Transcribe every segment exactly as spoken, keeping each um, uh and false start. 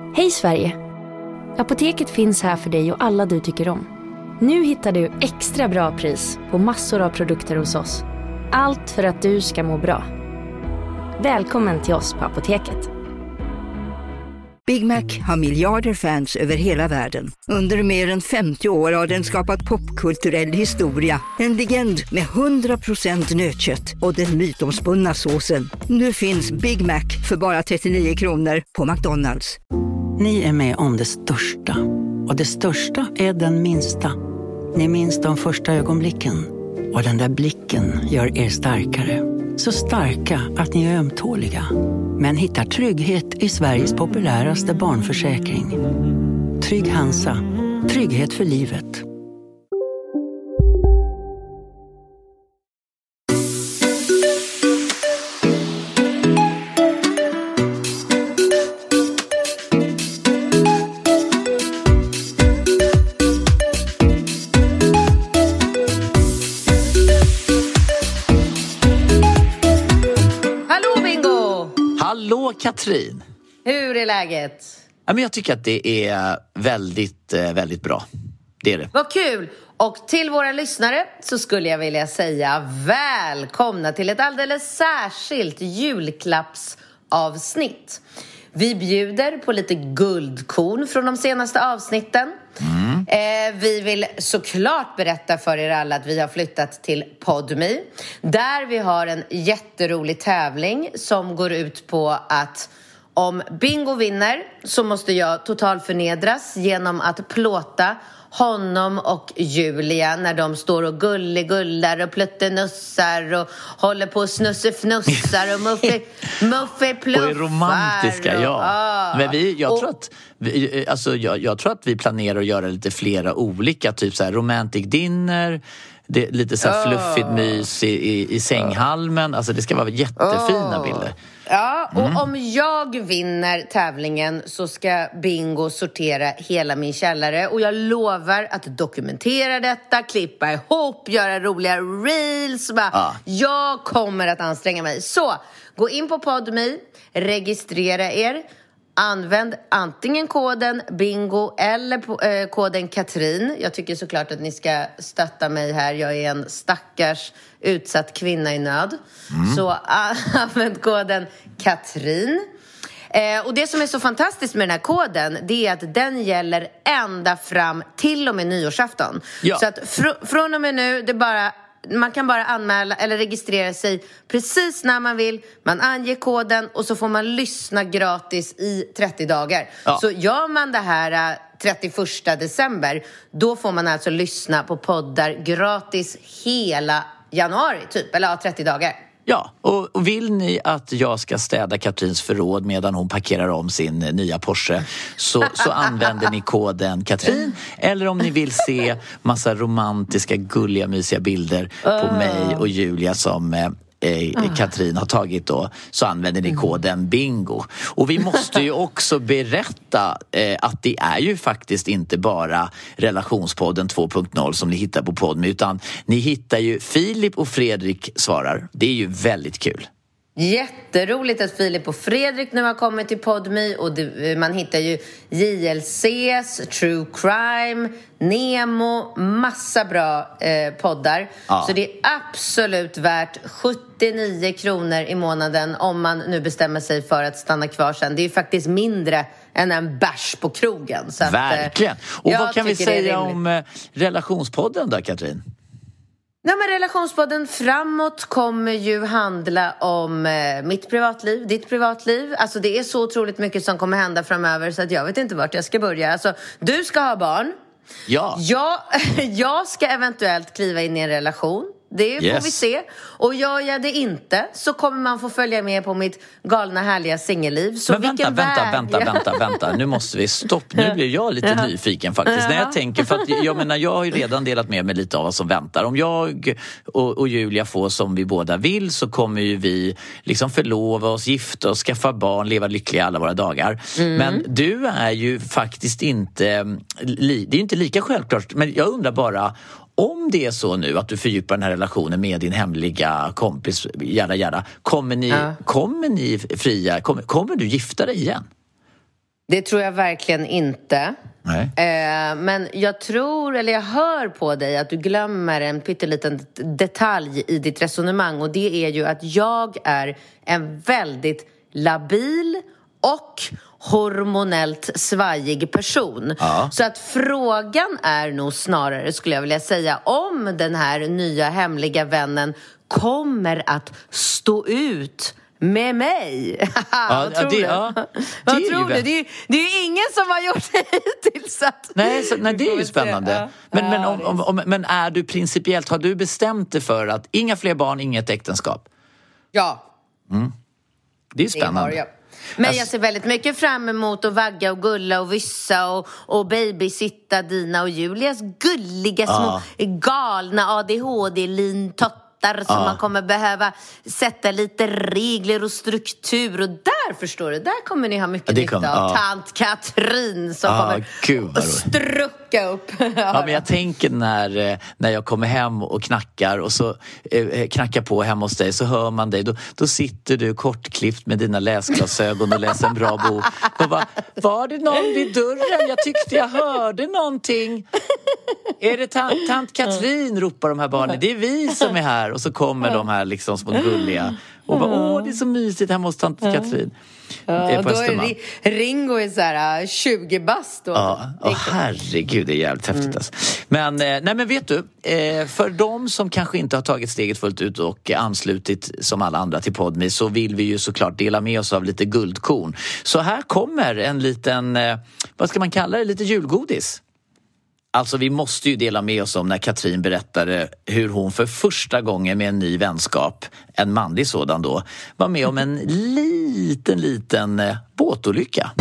Hej Sverige! Apoteket finns här för dig och alla du tycker om. Nu hittar du extra bra pris på massor av produkter hos oss. Allt för att du ska må bra. Välkommen till oss på Apoteket. Big Mac har miljarder fans över hela världen. Under mer än femtio år har den skapat popkulturell historia. En legend med hundra procent nötkött och den mytomspunna såsen. Nu finns Big Mac för bara trettionio kronor på McDonald's. Ni är med om det största. Och det största är den minsta. Ni minns de första ögonblicken. Och den där blicken gör er starkare. Så starka att ni är ömtåliga. Men hittar trygghet i Sveriges populäraste barnförsäkring. Trygg Hansa. Trygghet för livet. Hallå Katrin! Hur är läget? Ja, men jag tycker att det är väldigt, väldigt bra. Det är det. Vad kul! Och till våra lyssnare så skulle jag vilja säga välkomna till ett alldeles särskilt julklappsavsnitt. Vi bjuder på lite guldkorn från de senaste avsnitten. Mm. Eh, vi vill såklart berätta för er alla att vi har flyttat till Podme. Där vi har en jätterolig tävling som går ut på att om Bingo vinner så måste jag totalförnedras genom att plåta honom och Julia när de står och gulligullar och pluttenussar och håller på och snussefnussar och muffe, muffe pluffar. Och är romantiska, och, ja. Ah. Men vi, jag, och, tror att, vi, alltså, jag, jag tror att vi planerar att göra lite flera olika, typ så här romantic dinner, det, lite så här fluffigt oh. mys i, i, i sänghalmen. Alltså det ska vara jättefina oh. bilder. Ja, och mm. om jag vinner tävlingen så ska Bingo sortera hela min källare. Och jag lovar att dokumentera detta, klippa ihop, göra roliga reels. Ah. Jag kommer att anstränga mig. Så, gå in på Podme, registrera er. Använd antingen koden Bingo eller eh, koden Katrin. Jag tycker såklart att ni ska stötta mig här. Jag är en stackars utsatt kvinna i nöd. Mm. Så uh, använd koden Katrin. Eh, och det som är så fantastiskt med den här koden, det är att den gäller ända fram till och med nyårsafton. Ja. Så att fr- från och med nu, det är bara... Man kan bara anmäla eller registrera sig precis när man vill. Man anger koden och så får man lyssna gratis i trettio dagar. Ja. Så gör man det här trettioförsta december, då får man alltså lyssna på poddar gratis hela januari typ, eller ja, trettio dagar. Ja, och, och vill ni att jag ska städa Katrins förråd medan hon parkerar om sin nya Porsche så, så använder ni koden Katrin. Eller om ni vill se massa romantiska, gulliga, mysiga bilder på mig och Julia som... Eh, Eh, Katrin har tagit då, så använder ni koden Bingo. Och vi måste ju också berätta eh, att det är ju faktiskt inte bara Relationspodden två punkt noll som ni hittar på Podme, utan ni hittar ju Filip och Fredrik svarar. Det är ju väldigt kul. Jätteroligt att Filip och Fredrik nu har kommit till Podme. Och det, man hittar ju J L C's, True Crime, Nemo, massa bra eh, poddar. Ja. Så det är absolut värt sjuttionio kronor i månaden om man nu bestämmer sig för att stanna kvar sen. Det är ju faktiskt mindre än en bärs på krogen. Så verkligen. Att, och vad kan vi säga om eh, Relationspodden då, Katrin? Nej, men Relationspodden framåt kommer ju handla om eh, mitt privatliv, ditt privatliv. Alltså det är så otroligt mycket som kommer hända framöver så att jag vet inte vart jag ska börja. Alltså, du ska ha barn. Ja. Jag, jag ska eventuellt kliva in i en relation. Det får yes. vi se. Och gör jag det inte så kommer man få följa med på mitt galna härliga singelliv. Så men vänta, vänta, väg... vänta, vänta, vänta. Nu måste vi stopp. Nu blir jag lite ja. nyfiken faktiskt. Ja. När jag tänker, för att jag menar, jag har ju redan delat med mig lite av vad som väntar. Om jag och, och Julia får som vi båda vill så kommer ju vi liksom förlova oss, gifta oss, skaffa barn, leva lyckliga alla våra dagar. Mm. Men du är ju faktiskt inte, det är ju inte lika självklart. Men jag undrar bara, om det är så nu att du fördjupar den här relationen med din hemliga kompis, Jada Jada, kommer ni, ja. kommer ni fria, kommer, kommer du gifta dig igen? Det tror jag verkligen inte. Nej. Eh, men jag tror, eller jag hör på dig att du glömmer en pytteliten detalj i ditt resonemang. Och det är ju att jag är en väldigt labil och hormonellt svajig person. Ja. Så att frågan är nog snarare, skulle jag vilja säga, om den här nya hemliga vännen kommer att stå ut med mig. Ja, Vad tror det, du? ja, Vad det är tror ju du? Det är, ju, det är ju ingen som har gjort det hittills. Att... Nej, så, nej, det är ju spännande. Ja. Men, Ja, men, om, det är om, om, men är du principiellt, har du bestämt dig för att inga fler barn, inget äktenskap? Ja. Mm. Det är ju spännande. Det har jag. Men Alltså- jag ser väldigt mycket fram emot att vagga och gulla och vyssa och, och babysitta Dina och Julias gulliga små Ja. galna A D H D-lintottar som Ja. man kommer behöva sätta lite regler och struktur. Och där, förstår du, där kommer ni ha mycket Ja, det nytta kommer- av ja. tant Katrin som Ja, kommer gud vad att roligt. strucka upp. Ja, men jag tänker när, eh, när jag kommer hem och knackar och så eh, knackar på hemma hos dig, så hör man dig. Då, då sitter du kortklippt med dina läsglasögon och läser en bra bok. Och bara, var det någon vid dörren? Jag tyckte jag hörde någonting. Är det tant, tant Katrin, ropar de här barnen. Det är vi som är här. Och så kommer de här liksom små gulliga. Och bara, åh, det är så mysigt hemma hos tant Katrin. Ja, Eh, och på då är Östermalm. Ri- Ringo är så här tjugo bast då. Ja, oh, herregud, det är jävligt häftigt alltså. Men, eh, nej men vet du, eh, för de som kanske inte har tagit steget fullt ut och anslutit som alla andra till Podme, så vill vi ju såklart dela med oss av lite guldkorn. Så här kommer en liten, eh, vad ska man kalla det, lite julgodis. Alltså vi måste ju dela med oss om när Katrin berättade hur hon för första gången med en ny vänskap, en manlig sådan då, var med om en liten, liten eh, båtolycka.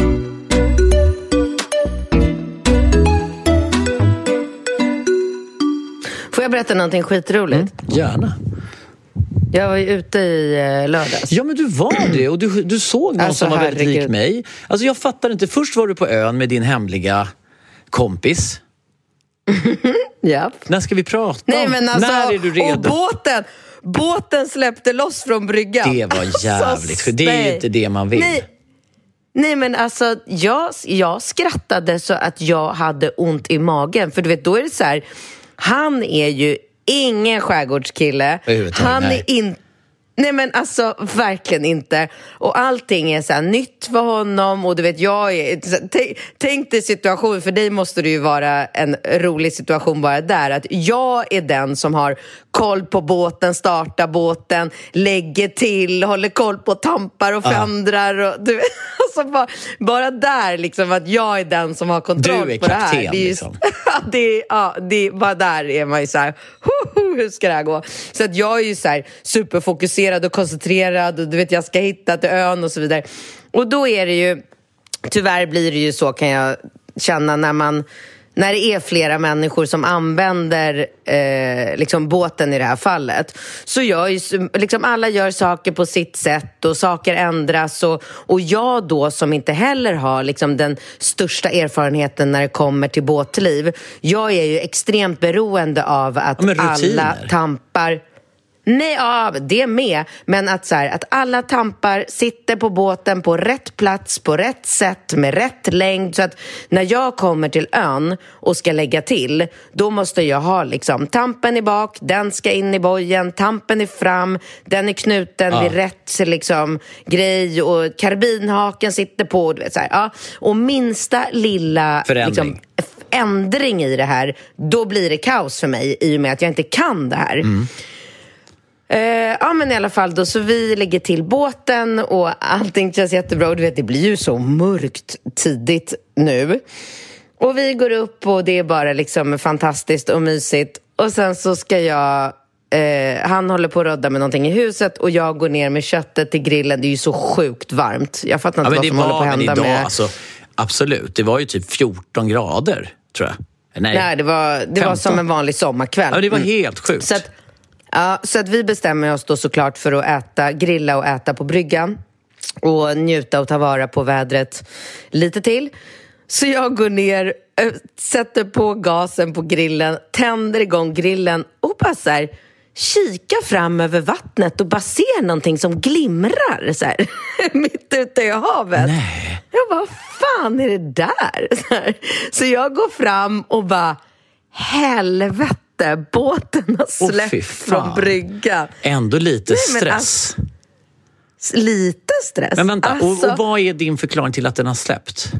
Får jag berätta någonting skitroligt? Gärna. Jag var ju ute i eh, lördags. Ja, men du var det och du, du såg någon Alltså, som var väldigt lik herregud. mig. Alltså jag fattar inte, först var du på ön med din hemliga kompis. Ja. När ska vi prata? Nej, men alltså, när är du och redo? båten, båten släppte loss från bryggan. Det var jävligt, för det är ju nej. inte det man vill. Nej, nej men alltså, jag, jag skrattade så att jag hade ont i magen. För du vet, då är det så här, han är ju ingen skärgårdskille. Överhuvudtaget, Han nej. är inte... Nej men alltså verkligen inte. Och allting är så här nytt för honom. Och du vet, jag är, tänk, tänk dig situation, för dig måste det ju vara en rolig situation bara där. Att jag är den som har koll på båten, startar båten, lägger till, håller koll på tampar och fändrar. Och, du vet, alltså bara, bara där liksom, att jag är den som har kontroll Du är på det här. kapten, Det är ju, liksom. det är, ja, det är, bara där är man ju så här, hoho, hur ska det här gå? Så att jag är ju så här superfokuserad och koncentrerad och du vet, jag ska hitta till ön och så vidare. Och då är det ju, tyvärr blir det ju så, kan jag känna, när man när det är flera människor som använder eh, liksom båten i det här fallet, så gör ju, liksom alla gör saker på sitt sätt och saker ändras och, och jag då som inte heller har liksom den största erfarenheten när det kommer till båtliv, jag är ju extremt beroende av att Ja, alla tampar. Nej, ja, det är med. Men att, så här, att alla tampar sitter på båten på rätt plats, på rätt sätt, med rätt längd. Så att när jag kommer till ön och ska lägga till, då måste jag ha liksom tampen i bak, den ska in i bojen, tampen är fram, den är knuten Ja. vid rätt liksom, grej och karbinhaken sitter på. Du vet, så här, ja. Och minsta lilla Förändring. liksom, ändring i det här, då blir det kaos för mig i och med att jag inte kan det här. Mm. Uh, ja men i alla fall då, så vi lägger till båten och allting känns jättebra och du vet, det blir ju så mörkt tidigt nu och vi går upp och det är bara liksom fantastiskt och mysigt och sen så ska jag uh, han håller på att rodda med någonting i huset och jag går ner med köttet till grillen. Det är ju så sjukt varmt, jag fattar inte Ja, vad men som det håller på var, att men hända idag, med alltså, absolut, det var ju typ fjorton grader, tror jag. Nej, Nej, det var, det var som en vanlig sommarkväll. Ja, det var helt sjukt. Så att, ja, så att vi bestämmer oss då såklart för att äta, grilla och äta på bryggan och njuta och ta vara på vädret lite till. Så jag går ner, sätter på gasen på grillen, tänder igång grillen och bara så här, kika fram över vattnet och bara ser någonting som glimrar så här, mitt ute i havet. Nej. Jag bara, vad fan är det där? Så, här. Så jag går fram och bara, helvete, båten har släppt oh, från bryggan. Ändå lite Nej, stress. Alltså, lite stress. Men vänta, alltså, och, och vad är din förklaring till att den har släppt?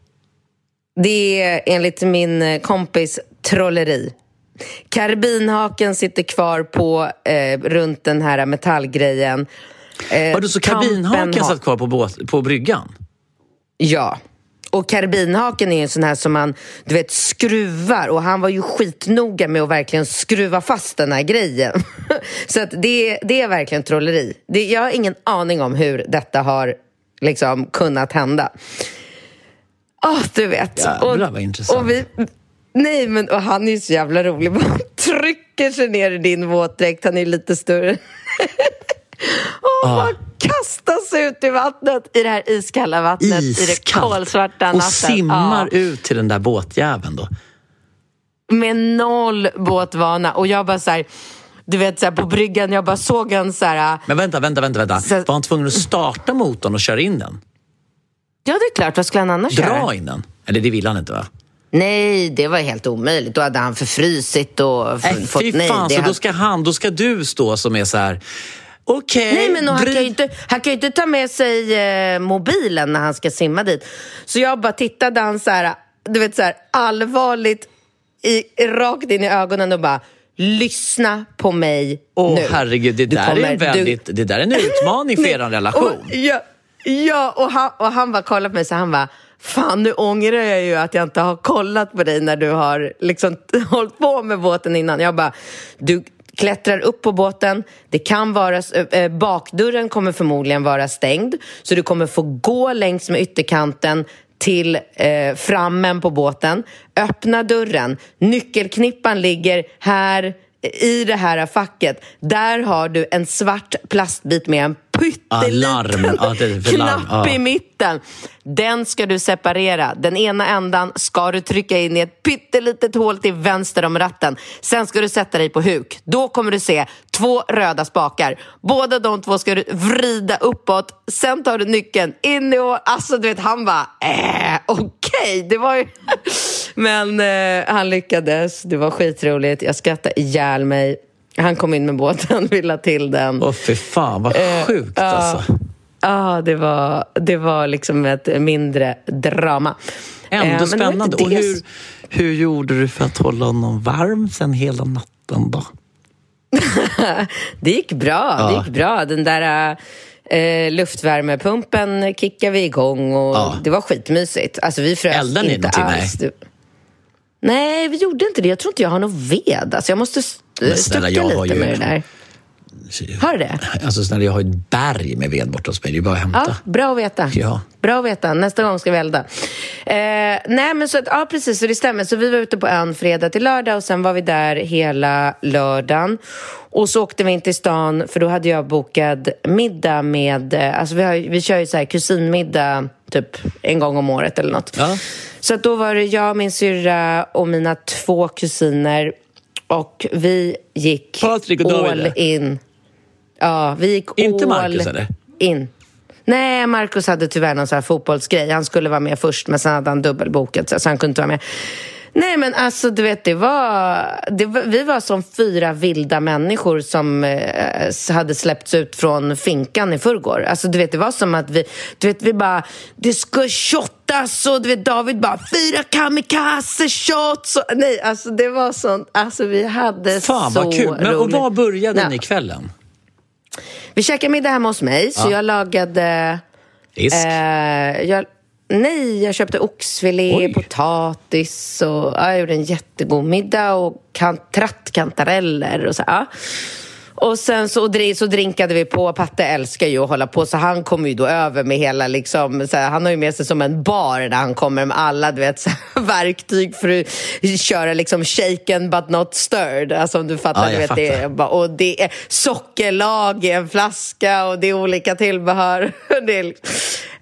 Det är enligt min kompis trolleri. Karbinhaken sitter kvar på eh, runt den här metallgrejen. Eh, Var du så karbinhaken ha- satt kvar på, båt, på bryggan? Ja. Och karbinhaken är en sån här som man, du vet, skruvar. Och han var ju skitnoga med att verkligen skruva fast den här grejen. Så att det, det är verkligen trolleri. Det, jag har ingen aning om hur detta har liksom kunnat hända. Åh, oh, du vet. Jävlar, vad intressant. Och vi... Nej, men och han är ju så jävla rolig. Han trycker sig ner i din våtdräkt. Han är lite större. Och ah. bara kastas ut i vattnet. I det här iskalla vattnet. Iskallt. I det kolsvarta natten. Och simmar ah. ut till den där båtjäveln då. Med noll båtvana. Och jag bara så här... Du vet, så här, på bryggan, jag bara såg en så här... Men vänta, vänta, vänta. vänta. Så... Var han tvungen att starta motorn och köra in den? Ja, det är klart. Vad skulle han annars Dra köra? Dra in den? Eller det vill han inte, va? Nej, det var helt omöjligt. Då hade han förfrysit och f- äh, fått... Fy nej, fan, så han... då ska han, då ska du stå som är så här... Okej. Okay, nej, men han, kan ju inte, han kan ju inte ta med sig eh, mobilen när han ska simma dit. Så jag bara tittade han så här, du vet så här, allvarligt i, rakt in i ögonen och bara... Lyssna på mig oh, nu. Åh herregud, det där, kommer, är en väldigt, du... det där är en utmaning för er relation. Och, ja, ja och, han, och han bara kollade på mig så han bara... Fan, nu ångrar jag ju att jag inte har kollat på dig när du har liksom hållit på med båten innan. Jag bara, du klättrar upp på båten. Det kan vara, äh, bakdörren kommer förmodligen vara stängd. Så du kommer få gå längs med ytterkanten till eh, frammen på båten. Öppna dörren. Nyckelknippan ligger här i det här facket. Där har du en svart plastbit med en pytteliten ah, knapp ah. i mitten. Den ska du separera. Den ena ändan ska du trycka in i ett pyttelitet hål till vänster om ratten. Sen ska du sätta dig på huk. Då kommer du se två röda spakar. Båda de två ska du vrida uppåt. Sen tar du nyckeln in i hål. Alltså du vet, han bara äh, okej, okay. Det var ju... Men eh, han lyckades. Det var skitroligt. Jag skrattade ihjäl mig. Han kom in med båten, ville till den. Åh, för fan, vad sjukt eh, alltså. Ja, ah, det var, det var liksom ett mindre drama. Ändå eh, spännande. Och hur, hur gjorde du för att hålla honom varm sen hela natten då? Det gick bra, ja. det gick bra. Den där eh, luftvärmepumpen kickade vi igång och ja. det var skitmysigt. Alltså vi frös Eldade inte alls. Du... Nej, vi gjorde inte det. Jag tror inte jag har någon ved. Alltså jag måste st- stucka lite ju... med det där. Har du det? Alltså snälla, jag har ett berg med ved borta hos mig. Det är bara att hämta. Ja, bra att veta. Ja. Bra att veta. Nästa gång ska vi elda. Eh, nej, men så att, ja precis, så det stämmer. Så vi var ute på ön fredag till lördag och sen var vi där hela lördagen. Och så åkte vi in till stan för då hade jag bokat middag med, alltså vi, har, vi kör ju så här kusinmiddag typ en gång om året eller något. Ja. Så att då var det jag, min syrra och mina två kusiner och vi gick Patrik och all David. in. Ja, vi gick Inte all Marcus, eller? in. Nej, Marcus hade tyvärr någon sån här fotbollsgrej. Han skulle vara med först, men sen hade han dubbelbokat så han kunde inte vara med. Nej, men alltså, du vet, det var, det var... Vi var som fyra vilda människor som eh, hade släppts ut från finkan i förrgår. Alltså, du vet, det var som att vi... Du vet, vi bara... Det ska shottas och du vet, David bara... Fyra kamikaze-shots! Och, nej, alltså, det var sånt... Alltså, vi hade Fan, så vad kul. Men, och vad började ja. ni kvällen? Vi käkade middag hemma hos mig, så ja. jag lagade... Fisk? Eh, jag, nej, jag köpte oxfilé, Oj. potatis och ja, jag gjorde en jättegod middag och kan, trattkantareller och så. Ja. Och sen så, så drinkade vi på. Patte älskar ju att hålla på, så han kommer ju då över med hela liksom, så här, han har ju med sig som en bar där han kommer med alla, du vet, så här, verktyg för att köra liksom shaken but not stirred, alltså om du fattar, ja, du vet, det är, och det är sockerlag i en flaska och det är olika tillbehör. Det är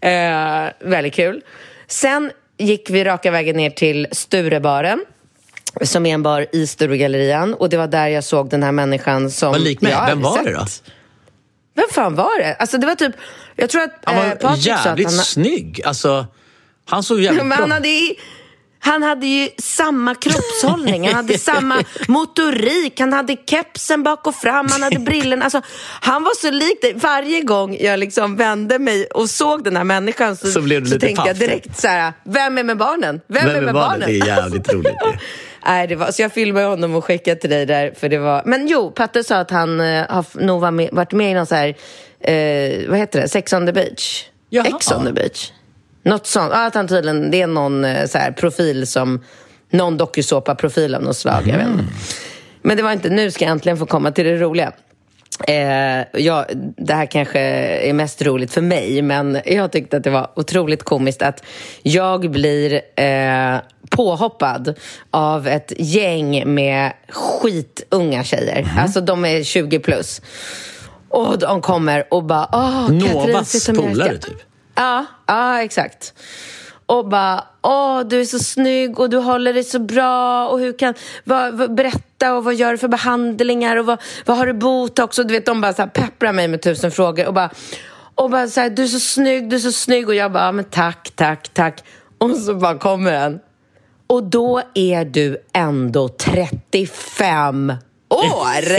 eh, väldigt kul. Sen gick vi raka vägen ner till Sturebaren. som är en bar i Sturegallerian. Och det var där jag såg den här människan som... Vad lik mig? Vem var sett. det då? Vem fan var det? Alltså det var typ... Jag tror att han var eh, Patrik jävligt sa att han... snygg. Alltså, han såg jävligt Men bra. han hade ju... Han hade ju samma kroppshållning, han hade samma motorik, han hade kepsen bak och fram, han hade brillen. Alltså, han var så lik dig. Varje gång jag liksom vände mig och såg den här människan så, så, blev du så lite tänkte jag direkt så här: vem är med barnen? Vem, vem är med barnen? barnen? Det är jävligt roligt. Nej, det var, så jag filmade honom och skickade till dig där, för det var... Men jo, Patte sa att han uh, har nog var med, varit med i någon så här, uh, vad heter det? Sex on the beach. Jaha. Ex on the beach. Något sånt. Ja, att han tydligen, det är någon så här profil som, någon dokusåpa-profil av något slag, mm. jag vet inte. Men det var inte, nu ska jag äntligen få komma till det roliga. Eh, ja, det här kanske är mest roligt för mig, men jag tyckte att det var otroligt komiskt att jag blir eh, påhoppad av ett gäng med skitunga tjejer. Mm. Alltså de är tjugo plus. Och de kommer och bara, åh, Novas polare typ. Ja, ja, exakt. Och bara, åh, du är så snygg och du håller dig så bra och hur kan, vad, vad, berätta och vad gör du för behandlingar och vad, vad har du botox och du vet, de bara så här pepprar mig med tusen frågor och bara, och bara så här, du är så snygg, du är så snygg och jag bara, men tack, tack, tack. Och så bara kommer den. Och då är du ändå trettiofem år.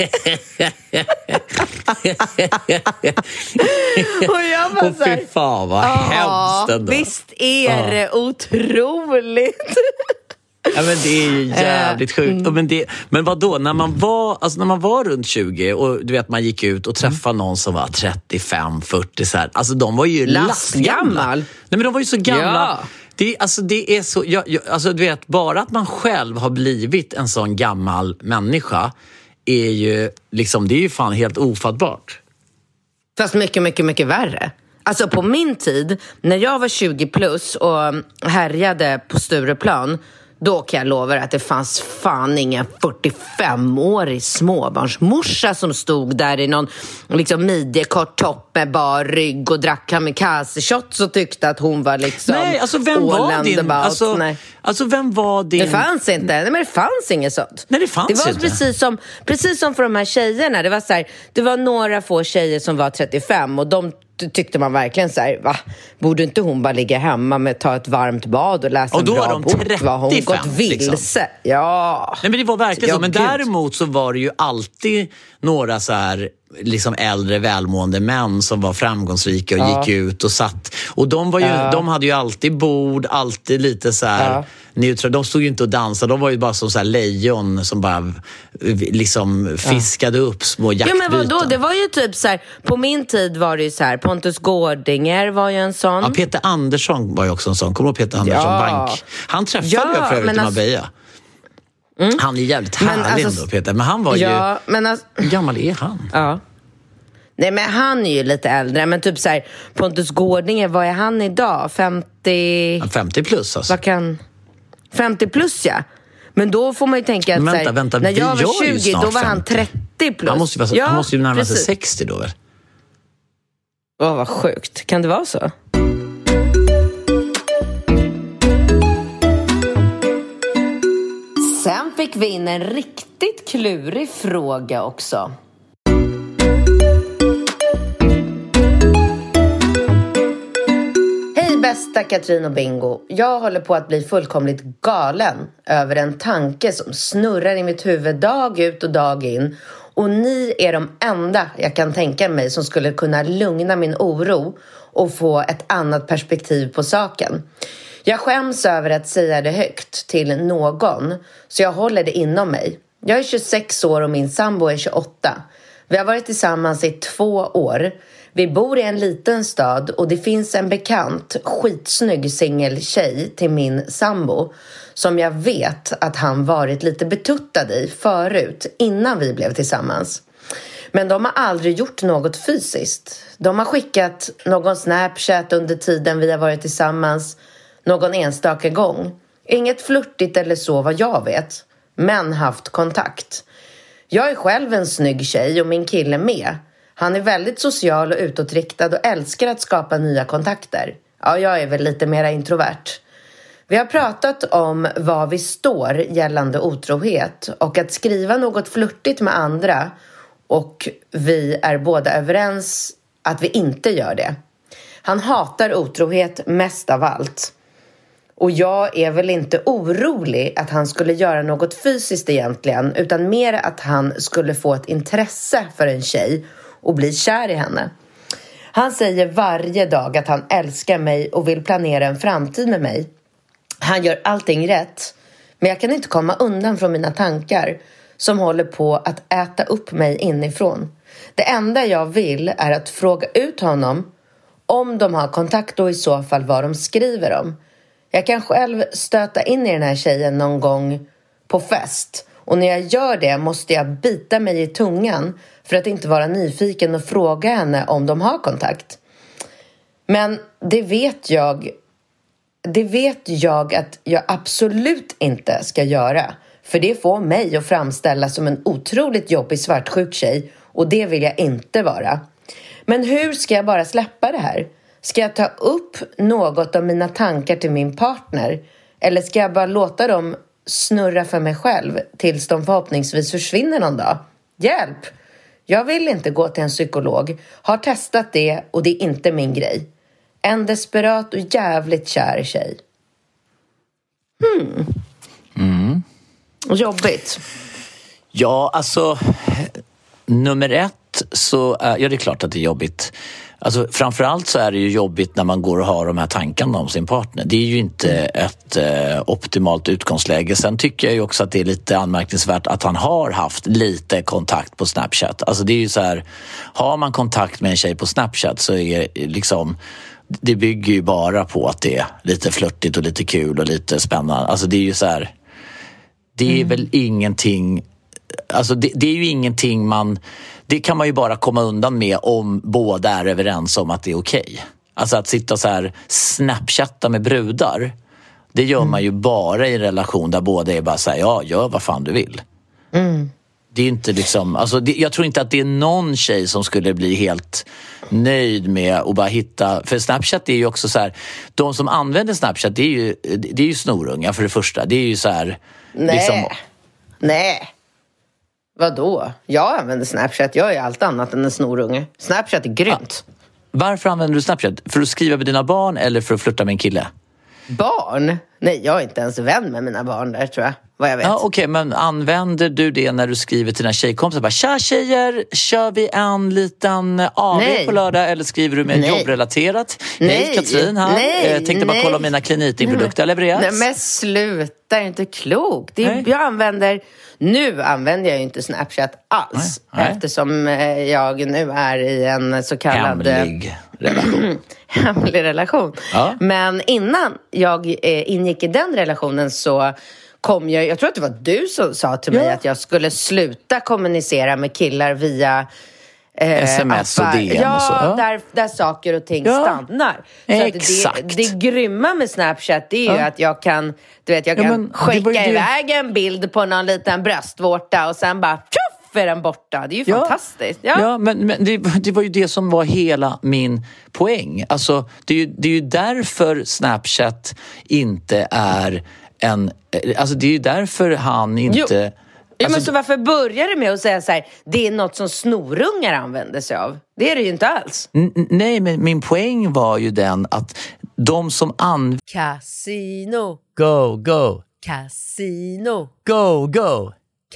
Och jag bara och fy fan vad hemskt ändå. Visst är det ja. otroligt. Ja, men det är ju jävligt sjukt. Men, det, men vadå, när man var, alltså när man var runt tjugo och du vet man gick ut och träffade mm. någon som var trettiofem fyrtio så här, alltså de var ju lastgamla. Nej, men de var ju så gamla. Ja. Det, alltså det är så, jag, jag, alltså du vet, bara att man själv har blivit en sån gammal människa är ju liksom, det är ju fan helt ofattbart. Fast mycket, mycket, mycket värre. Alltså på min tid, när jag var tjugo plus och härjade på Stureplan, då kan jag lova att det fanns fan ingen fyrtiofemårig småbarnsmorsa som stod där i någon liksom midjekort topp med bar rygg och drack kamikaze-shots och tyckte att hon var liksom... Nej, alltså vem var din... Alltså, Nej. alltså vem var din... Det fanns inte. Nej, men det fanns inget sånt. Nej, det fanns det var inte. Precis som, precis som för de här tjejerna. Det var, så här, det var några få tjejer som var trettiofem och de tyckte man verkligen så här, va? Borde inte hon bara ligga hemma med ta ett varmt bad och läsa och en bra bok? Och då var de trettiofem, var hon gått vilse? Liksom. Ja. Nej, men det var verkligen ja, så. Men Gud. Däremot så var det ju alltid några så här liksom äldre välmående män som var framgångsrika och ja. gick ut och satt. Och de, var ju, ja. de hade ju alltid bord, alltid lite så här ja. neutrala. De stod ju inte och dansade, de var ju bara som så här lejon som bara liksom fiskade ja. upp små jaktbyten. Ja, men vadå? Det var ju typ så här, på min tid var det ju så här, Pontus Gårdinger var ju en sån. Ja, Peter Andersson var ju också en sån. Kommer du ihåg Peter Andersson, ja. bank? Han träffade ja, jag för övrigt i alltså, Marbella. Mm. Han är jävligt men härlig alltså, ändå, Peter. Men han var ja, ju... Men alltså, hur gammal är han? Ja. Nej, men han är ju lite äldre. Men typ så här, Pontus Gårdinger, vad är han idag? femtio... femtio plus alltså. Vad kan... femtio plus, ja. Men då får man ju tänka att... Men vänta, här, vänta, när jag var tjugo, då var femtio. han trettio plus. Han måste ju, vara, ja, han måste ju närma sig precis. sextio då väl? Åh, oh, vad sjukt. Kan det vara så? Sen fick vi in en riktigt klurig fråga också. Hej bästa Katrin och Bingo. Jag håller på att bli fullkomligt galen över en tanke som snurrar i mitt huvud dag ut och dag in. Och ni är de enda jag kan tänka mig som skulle kunna lugna min oro och få ett annat perspektiv på saken. Jag skäms över att säga det högt till någon, så jag håller det inom mig. Jag är tjugosex år och min sambo är tjugoåtta. Vi har varit tillsammans i två år. Vi bor i en liten stad och det finns en bekant, skitsnygg singeltjej till min sambo som jag vet att han varit lite betuttad i förut, innan vi blev tillsammans. Men de har aldrig gjort något fysiskt. De har skickat någon Snapchat under tiden vi har varit tillsammans, någon enstaka gång. Inget flirtigt eller så vad jag vet, men haft kontakt. Jag är själv en snygg tjej och min kille med. Han är väldigt social och utåtriktad och älskar att skapa nya kontakter. Ja, jag är väl lite mer introvert. Vi har pratat om vad vi står gällande otrohet och att skriva något flirtigt med andra, och vi är båda överens att vi inte gör det. Han hatar otrohet mest av allt. Och jag är väl inte orolig att han skulle göra något fysiskt egentligen, utan mer att han skulle få ett intresse för en tjej och bli kär i henne. Han säger varje dag att han älskar mig och vill planera en framtid med mig. Han gör allting rätt, men jag kan inte komma undan från mina tankar som håller på att äta upp mig inifrån. Det enda jag vill är att fråga ut honom om de har kontakt och i så fall vad de skriver om. Jag kan själv stöta in i den här tjejen någon gång på fest. Och när jag gör det måste jag bita mig i tungan för att inte vara nyfiken och fråga henne om de har kontakt. Men det vet jag, det vet jag att jag absolut inte ska göra. För det får mig att framställa som en otroligt jobbig svartsjuk tjej. Och det vill jag inte vara. Men hur ska jag bara släppa det här? Ska jag ta upp något av mina tankar till min partner? Eller ska jag bara låta dem snurra för mig själv tills de förhoppningsvis försvinner någon dag? Hjälp! Jag vill inte gå till en psykolog. Har testat det och det är inte min grej. En desperat och jävligt kär tjej. Hmm. Mm. Jobbigt. Ja, alltså nummer ett så är, ja, det är klart att det är jobbigt. Alltså framförallt så är det ju jobbigt när man går och har de här tankarna om sin partner. Det är ju inte ett eh, optimalt utgångsläge. Sen tycker jag ju också att det är lite anmärkningsvärt att han har haft lite kontakt på Snapchat. Alltså det är ju så här, har man kontakt med en tjej på Snapchat så är liksom, det bygger ju bara på att det är lite flörtigt och lite kul och lite spännande. Alltså det är ju så här, det är mm. väl ingenting, alltså det, det är ju ingenting man, det kan man ju bara komma undan med om båda är överens om att det är okej. Alltså att sitta så här snapchatta med brudar, det gör mm. man ju bara i en relation där båda är bara så här, ja, gör vad fan du vill. Mm. Det är inte liksom, alltså det, jag tror inte att det är någon tjej som skulle bli helt nöjd med att bara hitta, för Snapchat är ju också så här, de som använder Snapchat, det är ju, det är ju snorunga för det första. Det är ju så här, nej, liksom, nej. Vadå? Jag använder Snapchat. Jag är allt annat än en snorunge. Snapchat är grymt. Ah, varför använder du Snapchat? För att skriva med dina barn eller för att flirta med en kille? Barn? Nej, jag är inte ens vän med mina barn där, tror jag. Vad jag vet. Ja, okej, okay, men använder du det när du skriver till dina tjejkompisar? Bara, tja tjejer, kör vi en liten A V nej. på lördag? Eller skriver du med nej. jobbrelaterat? Nej, Hej, Katrin här. Nej, eh, tänkte nej. bara kolla om mina klinitingprodukter har levererats. Nej, men sluta, är inte klokt. Det är, jag använder, nu använder jag ju inte Snapchat alls. Nej, nej. Eftersom jag nu är i en så kallad hemlig relation. hemlig relation. Ja. Men innan jag eh, ingick i den relationen så kom jag, jag tror att det var du som sa till mig ja. att jag skulle sluta kommunicera med killar via eh, sms och D M ja, och så. Ja, där, där saker och ting ja. stannar. Så exakt. Att det, det grymma med Snapchat det är ju ja. att jag kan, du vet, jag kan ja, skicka det... iväg en bild på någon liten bröstvårta och sen bara tjoff är den borta. Det är ju ja. fantastiskt. Ja, ja men, men det, det var ju det som var hela min poäng. Alltså, det är ju, det är ju därför Snapchat inte är en, alltså det är ju därför han inte... Jo. Ja, alltså, men så varför börjar det med att säga så här, det är något som snorungar använder sig av? Det är det ju inte alls. N- nej, men min poäng var ju den att de som använder... Casino. Go, go. Casino. Go, go.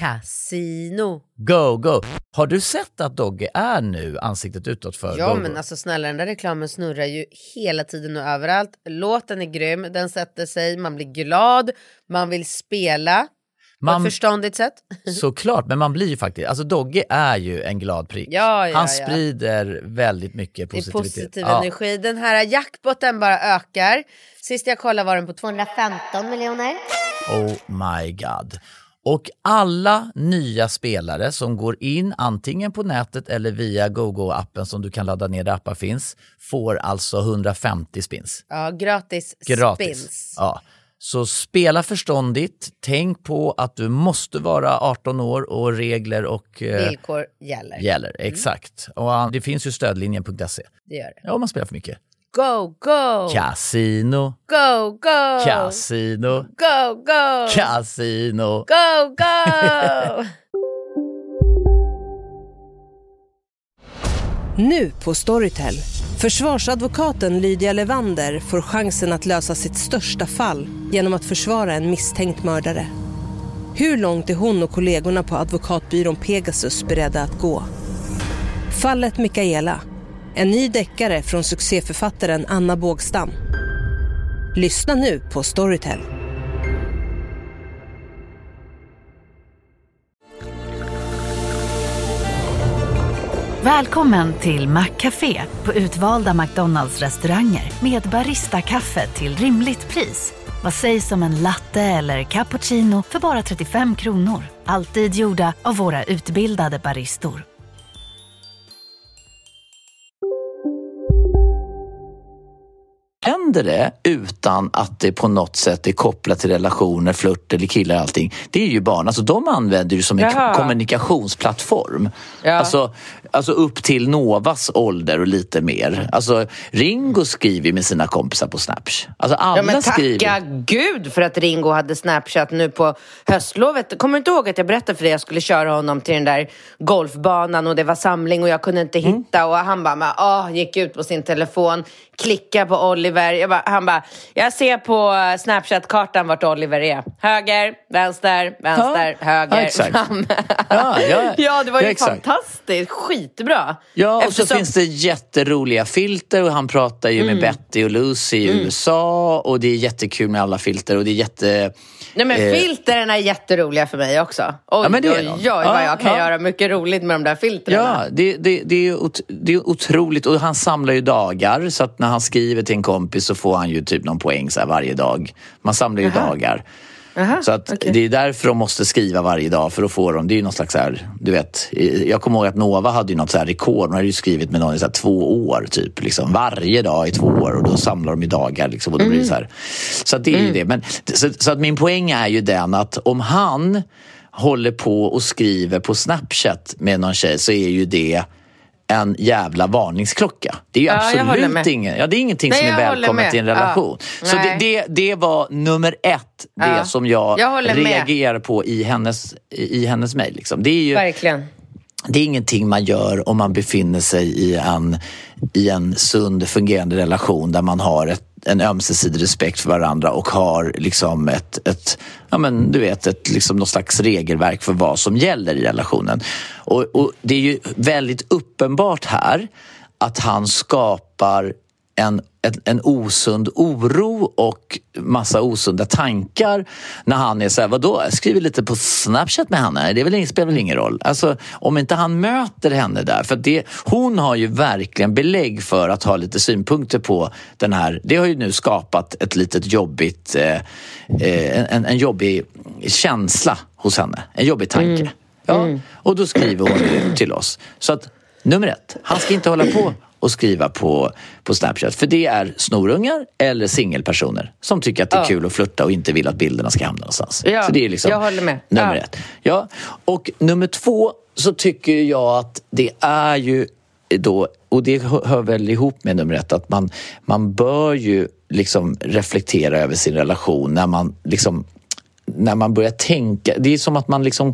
Casino. Go, go. Har du sett att Dogge är nu ansiktet utåt för Ja, go, men go? alltså snälla, den där reklamen snurrar ju hela tiden och överallt. Låten är grym, den sätter sig, man blir glad, man vill spela man, på ett förståndigt sätt. Såklart, men man blir ju faktiskt, alltså Dogge är ju en glad prick. Ja, ja, Han ja. sprider väldigt mycket positivitet. Det är positiv ja. energi. Den här jackpotten bara ökar. Sist jag kollade var den på tvåhundrafemton miljoner. Oh my god. Och alla nya spelare som går in antingen på nätet eller via GoGo-appen som du kan ladda ner där appar finns får alltså hundrafemtio spins. Ja, gratis, gratis. spins. Ja. Så spela förståndigt. Tänk på att du måste vara arton år och regler och eh, villkor gäller. Gäller, exakt. Mm. Och det finns ju stödlinjen punkt se. Det gör det. Ja, om man spelar för mycket. Go, go! Casino. Go, go! Casino. Go, go! Casino. Go, go! Nu på Storytel. Försvarsadvokaten Lydia Levander får chansen att lösa sitt största fall genom att försvara en misstänkt mördare. Hur långt är hon och kollegorna på advokatbyrån Pegasus beredda att gå? Fallet Mikaela. En ny deckare från succéförfattaren Anna Bågstam. Lyssna nu på Storytel. Välkommen till Maccafé på utvalda McDonalds-restauranger med barista-kaffe till rimligt pris. Vad sägs om en latte eller cappuccino för bara trettiofem kronor? Alltid gjorda av våra utbildade baristor. Händer det utan att det på något sätt är kopplat till relationer, flört eller killar och allting. Det är ju barn, alltså de använder ju som en Jaha. kommunikationsplattform. Ja. Alltså, alltså upp till Novas ålder och lite mer. Alltså Ringo skriver med sina kompisar på Snapchat. Alltså alla ja, men tacka skriver... Gud för att Ringo hade Snapchat nu på höstlovet. Kommer du inte ihåg att jag berättade för dig jag skulle köra honom till den där golfbanan och det var samling och jag kunde inte mm. hitta och han bara, åh, gick ut på sin telefon, klicka på Oliver. Jag bara, han bara, jag ser på Snapchat-kartan vart Oliver är. Höger, vänster, vänster, ja. höger, ja, exakt. fram. Ja, ja. ja, det var ju ja, fantastiskt. Skitbra. Ja, och Eftersom... så finns det jätteroliga filter och han pratar ju mm. med Betty och Lucy i mm. U S A och det är jättekul med alla filter och det är jätte... Nej, men eh... filterna är jätteroliga för mig också. Oj, ja, men det är oj, oj, ja, vad jag kan ja. göra mycket roligt med de där filterna. Ja, det, det, det, är, ot- det är otroligt. Och han samlar ju dagar. Så att när han skriver till en kompis så får han ju typ någon poäng så här varje dag. Man samlar ju Aha. dagar. Aha, så att okay. det är därför de måste skriva varje dag för att få dem. Det är ju något slags så här, du vet. Jag kommer ihåg att Nova hade ju något så här rekord. Man hade ju skrivit med någon i så här två år typ. Liksom, varje dag i två år. Och då samlar de i dagar liksom. Och då blir det så här. Så att det är mm. ju det. Men, så, så att min poäng är ju den att om han håller på och skriver på Snapchat med någon tjej så är ju det en jävla varningsklocka. Det är ju ja, absolut ingen, ja, det är ingenting Nej, som är välkommet i en relation. Ja. Så det, det, det var nummer ett, det ja. som jag, jag reagerar på i hennes, i hennes mejl. Liksom. Det är ju, verkligen. Det är ingenting man gör om man befinner sig i en, i en sund, fungerande relation där man har ett, en ömsesidig respekt för varandra och har liksom ett, ett ja men du vet, ett liksom något slags regelverk för vad som gäller i relationen. Och, och det är ju väldigt uppenbart här att han skapar en, en, en osund oro och massa osunda tankar när han är så här, vadå, jag skriver lite på Snapchat med henne, det är väl ingen, spelar väl ingen roll. Alltså, om inte han möter henne där, för det, hon har ju verkligen belägg för att ha lite synpunkter på den här, det har ju nu skapat ett litet jobbigt eh, en, en jobbig känsla hos henne, en jobbig tanke. Mm. Ja, mm. Och då skriver hon till oss. Så att, nummer ett, han ska inte hålla på och skriva på, på Snapchat. För det är snorungar eller singelpersoner som tycker att det är ja. kul att flirta och inte vill att bilderna ska hamna någonstans. Ja, så det är liksom jag håller med. nummer Ja. ett. Ja. Och nummer två så tycker jag att det är ju då, och det hör väl ihop med nummer ett, att man, man bör ju liksom reflektera över sin relation när man liksom, när man börjar tänka. Det är som att man liksom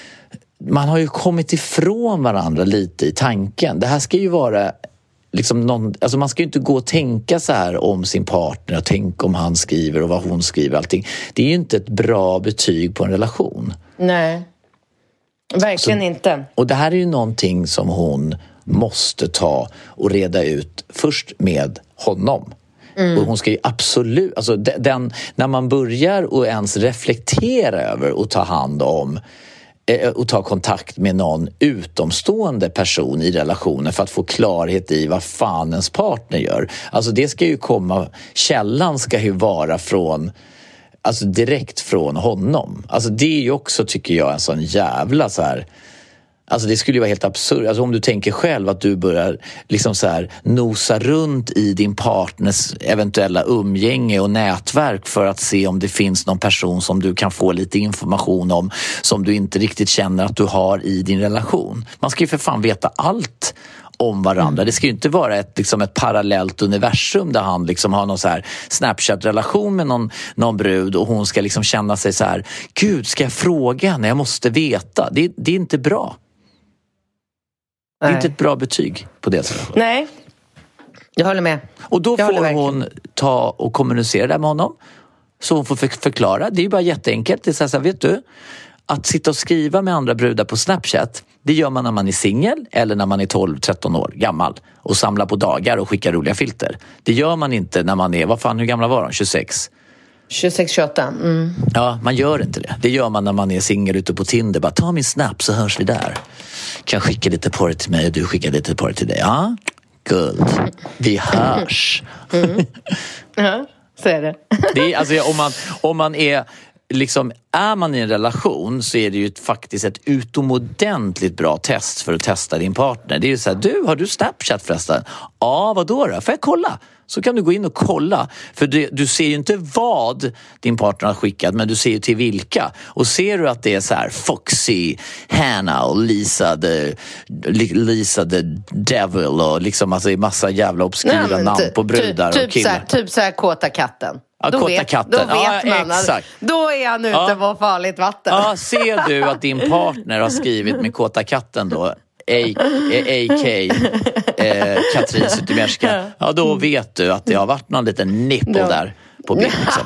man har ju kommit ifrån varandra lite i tanken. Det här ska ju vara liksom någon, alltså man ska ju inte gå och tänka så här om sin partner och tänka om han skriver och vad hon skriver allting. Det är ju inte ett bra betyg på en relation. Nej, verkligen så, inte. Och det här är ju någonting som hon måste ta och reda ut först med honom. Mm. Och hon ska ju absolut, alltså den, när man börjar och ens reflektera över och ta hand om och ta kontakt med någon utomstående person i relationen för att få klarhet i vad fan ens partner gör. Alltså det ska ju komma, källan ska ju vara från, alltså direkt från honom. Alltså det är ju också, tycker jag, en sån jävla så här. Alltså det skulle ju vara helt absurt. Alltså om du tänker själv att du börjar liksom så här nosa runt i din partners eventuella umgänge och nätverk för att se om det finns någon person som du kan få lite information om som du inte riktigt känner att du har i din relation. Man ska ju för fan veta allt om varandra. Det ska ju inte vara ett, liksom ett parallellt universum där han liksom har någon så här Snapchat-relation med någon, någon brud och hon ska liksom känna sig så här, gud, ska jag fråga henne? Jag måste veta. Det, det är inte bra. Det är Nej. inte ett bra betyg på det sättet. Nej, jag håller med. Och då jag får hon ta och kommunicera där med honom. Så hon får förklara. Det är ju bara jätteenkelt. Det är så här, vet du, att sitta och skriva med andra brudar på Snapchat, det gör man när man är singel eller när man är tolv tretton år gammal och samlar på dagar och skickar roliga filter. Det gör man inte när man är, vad fan, hur gamla var de? tjugosex? tjugosex tjugoåtta. Mm. Ja, man gör inte det. Det gör man när man är singel ute på Tinder. Bara ta min snap så hörs vi där. Kan jag skicka lite på det till mig och du skickar lite på det till dig. Ja, guld. Vi hörs. Mm. Ja, så är det. Det är, alltså, om man, om man är liksom, är man i en relation så är det ju ett, faktiskt ett utomordentligt bra test för att testa din partner. Det är ju så här, du, har du Snapchat förresten? Ja, vad då då? Får jag kolla? Så kan du gå in och kolla. För du, du ser ju inte vad din partner har skickat, men du ser ju till vilka. Och ser du att det är så här Foxy, Hannah och Lisa the, Lisa the Devil och liksom alltså en massa jävla obskyra Nej, namn på brudar typ, och killar. Typ så här, typ så här kåta katten. Ja, då, kåta vet, katten. då vet Ja, man exakt. att då är han ute Ja. på farligt vatten. Ja, ser du att din partner har skrivit med kåta katten då, A K eh, Katrin Zytomierska, ja då vet du att det har varit någon liten nipple ja. där på bild liksom.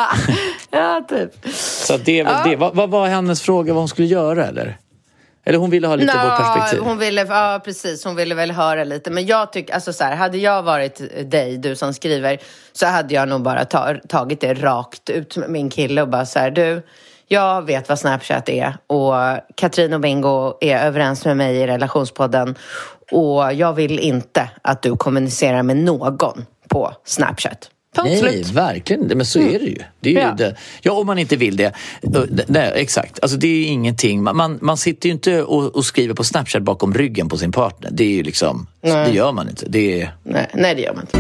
Ja, typ. Så det är väl ja. det. Vad, vad var hennes fråga, vad hon skulle göra eller? Eller hon ville ha lite Nå, vårt perspektiv. Hon ville, ja, precis. Hon ville väl höra lite. Men jag tycker, alltså så här, hade jag varit dig, du som skriver, så hade jag nog bara ta, tagit det rakt ut med min kille och bara så här, du, jag vet vad Snapchat är och Katrin och Bingo är överens med mig i relationspodden och jag vill inte att du kommunicerar med någon på Snapchat. Nej, slut. verkligen. Men så är det ju. Det är ju ja. det. Ja, om man inte vill det. Nej, exakt. Alltså det är ju ingenting. Man, man sitter ju inte och, och skriver på Snapchat bakom ryggen på sin partner. Det är ju liksom, det gör man inte. Det är... nej, nej, det gör man inte.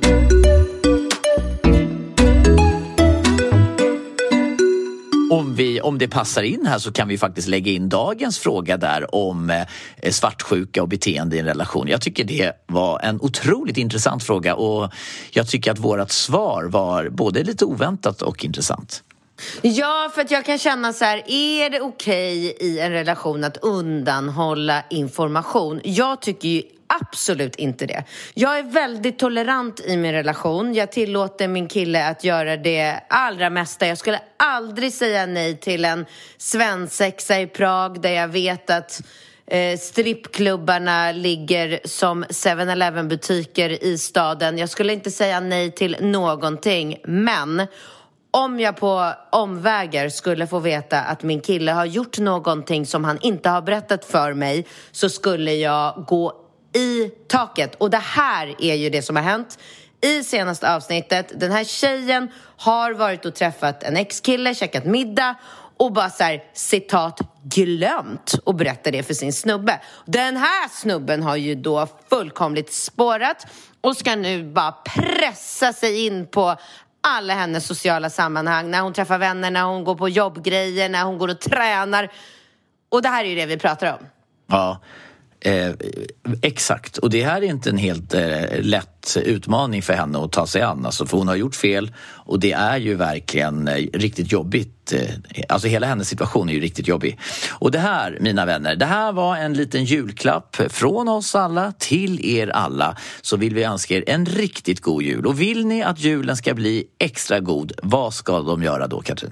Om, vi, om det passar in här så kan vi faktiskt lägga in dagens fråga där om eh, svartsjuka och beteende i en relation. Jag tycker det var en otroligt intressant fråga och jag tycker att vårat svar var både lite oväntat och intressant. Ja, för att jag kan känna så här, är det okej i en relation att undanhålla information? Jag tycker ju absolut inte det. Jag är väldigt tolerant i min relation. Jag tillåter min kille att göra det allra mesta. Jag skulle aldrig säga nej till en svensexa i Prag där jag vet att eh, strippklubbarna ligger som seven eleven butiker i staden. Jag skulle inte säga nej till någonting. Men om jag på omvägar skulle få veta att min kille har gjort någonting som han inte har berättat för mig, så skulle jag gå i taket. Och det här är ju det som har hänt i senaste avsnittet. Den här tjejen har varit och träffat en ex-kille, käkat middag och bara så här, citat, glömt och berätta det för sin snubbe. Den här snubben har ju då fullkomligt spårat och ska nu bara pressa sig in på alla hennes sociala sammanhang. När hon träffar vänner, när hon går på jobbgrejer, när hon går och tränar. Och det här är ju det vi pratar om. Ja, eh, exakt. Och det här är inte en helt eh, lätt utmaning för henne att ta sig an. Alltså, för hon har gjort fel och det är ju verkligen eh, riktigt jobbigt. Eh, alltså hela hennes situation är ju riktigt jobbig. Och det här, mina vänner, det här var en liten julklapp från oss alla till er alla. Så vill vi önska er en riktigt god jul. Och vill ni att julen ska bli extra god, vad ska de göra då, Katrin?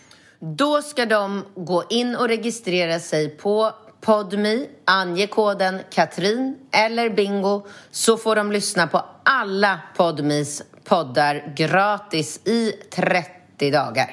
Då ska de gå in och registrera sig på Podme, ange koden Katrin eller Bingo, så får de lyssna på alla Podmes poddar gratis i trettio dagar.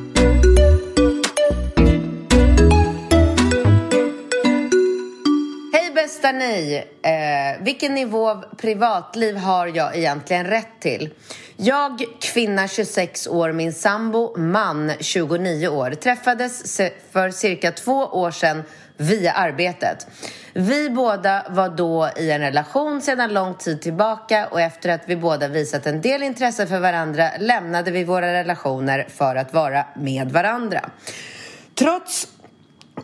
Hej bästa ni! Eh, vilken nivå av privatliv har jag egentligen rätt till? Jag, kvinna tjugosex år, min sambo, man tjugonio år, träffades för cirka två år sedan via arbetet. Vi båda var då i en relation sedan lång tid tillbaka och efter att vi båda visat en del intresse för varandra lämnade vi våra relationer för att vara med varandra. Trots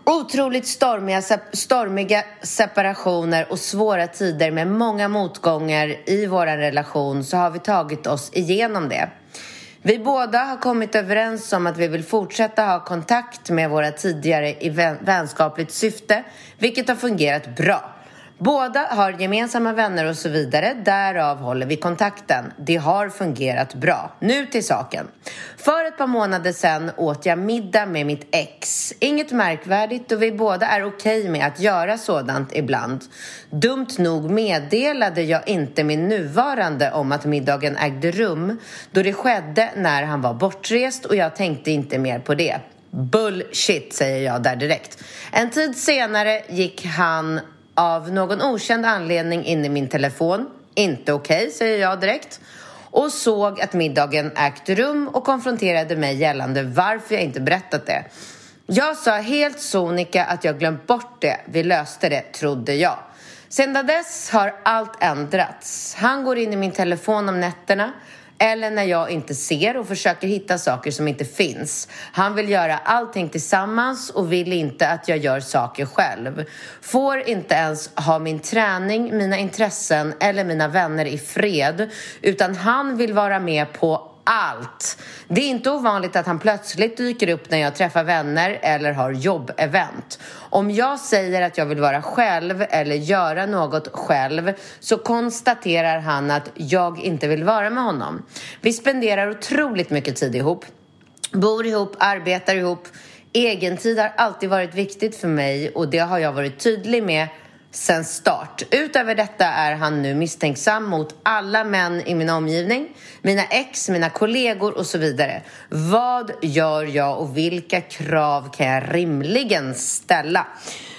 otroligt stormiga, stormiga separationer och svåra tider med många motgångar i vår relation, så har vi tagit oss igenom det. Vi båda har kommit överens om att vi vill fortsätta ha kontakt med våra tidigare i vänskapligt syfte, vilket har fungerat bra. Båda har gemensamma vänner och så vidare, därav håller vi kontakten. Det har fungerat bra. Nu till saken. För ett par månader sedan åt jag middag med mitt ex. Inget märkvärdigt och vi båda är okej med att göra sådant ibland. Dumt nog meddelade jag inte min nuvarande om att middagen ägde rum, då det skedde när han var bortrest och jag tänkte inte mer på det. Bullshit, säger jag där direkt. En tid senare gick han av någon okänd anledning in i min telefon. Inte okej, okay, säger jag direkt. Och såg att middagen ägt rum och konfronterade mig gällande varför jag inte berättat det. Jag sa helt sonika att jag glömt bort det. Vi löste det, trodde jag. Sedan dess har allt ändrats. Han går in i min telefon om nätterna eller när jag inte ser och försöker hitta saker som inte finns. Han vill göra allting tillsammans och vill inte att jag gör saker själv. Får inte ens ha min träning, mina intressen eller mina vänner i fred, utan han vill vara med på allt. Det är inte ovanligt att han plötsligt dyker upp när jag träffar vänner eller har jobbevent. Om jag säger att jag vill vara själv eller göra något själv, så konstaterar han att jag inte vill vara med honom. Vi spenderar otroligt mycket tid ihop. Bor ihop, arbetar ihop. Egentid har alltid varit viktigt för mig och det har jag varit tydlig med sen start. Utöver detta är han nu misstänksam mot alla män i min omgivning, mina ex, mina kollegor och så vidare. Vad gör jag och vilka krav kan jag rimligen ställa?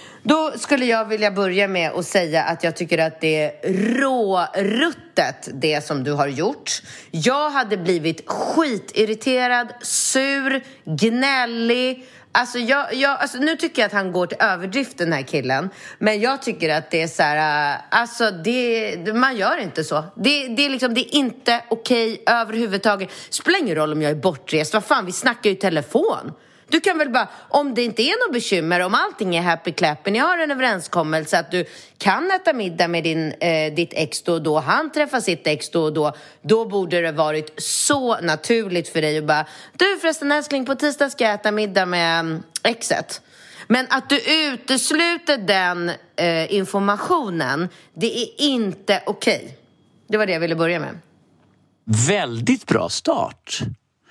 Då skulle jag vilja börja med att säga att jag tycker att det är råruttet det som du har gjort. Jag hade blivit skitirriterad, sur, gnällig. Alltså, jag, jag, alltså nu tycker jag att han går till överdrift, den här killen. Men jag tycker att det är så här, alltså det, man gör inte så. Det, det, är liksom, det är inte okej överhuvudtaget. Spelar ingen roll om jag är bortrest. Vad fan, vi snackar ju i telefon. Du kan väl bara, om det inte är något bekymmer, om allting är happy clappy, ni har en överenskommelse att du kan äta middag med din, eh, ditt ex då och då, han träffar sitt ex då och då, då borde det varit så naturligt för dig att bara, du förresten älskling, på tisdag ska jag äta middag med um, exet. Men att du utesluter den eh, informationen, det är inte okej. Det var det jag ville börja med. Väldigt bra start.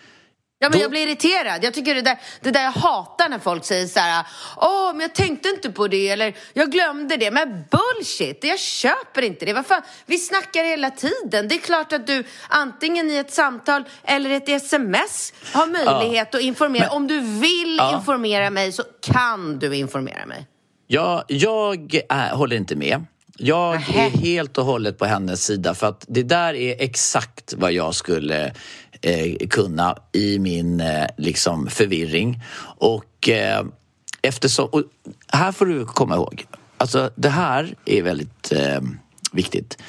Ja, men Då... jag blir irriterad. Jag tycker det där, det där jag hatar när folk säger så här: åh, men jag tänkte inte på det, eller jag glömde det. Men bullshit, jag köper inte det. Vad fan, vi snackar hela tiden. Det är klart att du antingen i ett samtal eller ett sms har möjlighet ja. att informera. Men... om du vill ja. informera mig så kan du informera mig. Ja, jag äh, håller inte med. Jag Aha. är helt och hållet på hennes sida, för att det där är exakt vad jag skulle eh, kunna i min eh, liksom förvirring. Och eh, eftersom, och här får du komma ihåg, alltså det här är väldigt eh, viktigt.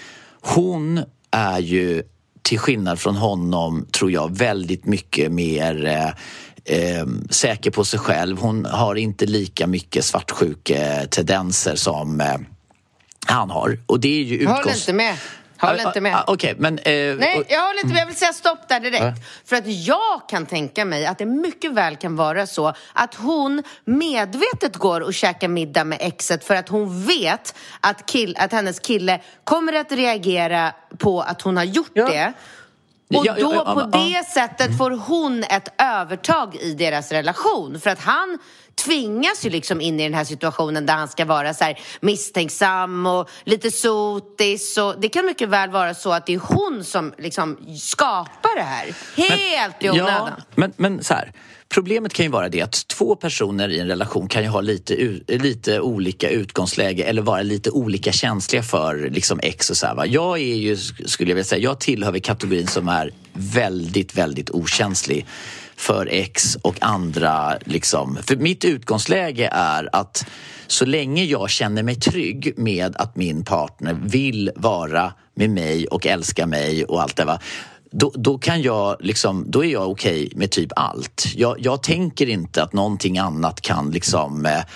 Hon är ju till skillnad från honom, tror jag, väldigt mycket mer eh, eh, säker på sig själv. Hon har inte lika mycket svartsjuke-tendenser som eh, han har. Och det är ju utgångs... Jag håller inte med. Jag håller inte med. Ah, ah, Okej, okay, men... Eh, Nej, jag håller inte med. Jag vill säga stopp där direkt. Äh. För att jag kan tänka mig att det mycket väl kan vara så att hon medvetet går och käkar middag med exet för att hon vet att, kill, att hennes kille kommer att reagera på att hon har gjort ja. det. Och ja, då ja, ja, på ja, det ja. sättet får hon ett övertag i deras relation. För att han tvingas ju liksom in i den här situationen där han ska vara så här misstänksam och lite sotis. Och det kan mycket väl vara så att det är hon som liksom skapar det här. Helt men, i onödan. Ja, men, men så här, problemet kan ju vara det att två personer i en relation kan ju ha lite, lite olika utgångsläge eller vara lite olika känsliga för liksom ex och så här, va? Jag är ju, skulle jag vilja säga, jag tillhör i kategorin som är väldigt, väldigt okänslig för ex och andra liksom. För mitt utgångsläge är att så länge jag känner mig trygg med att min partner vill vara med mig och älska mig och allt det, va? Då, då kan jag liksom, då är jag okej med typ allt. Jag, jag tänker inte att någonting annat kan liksom eh,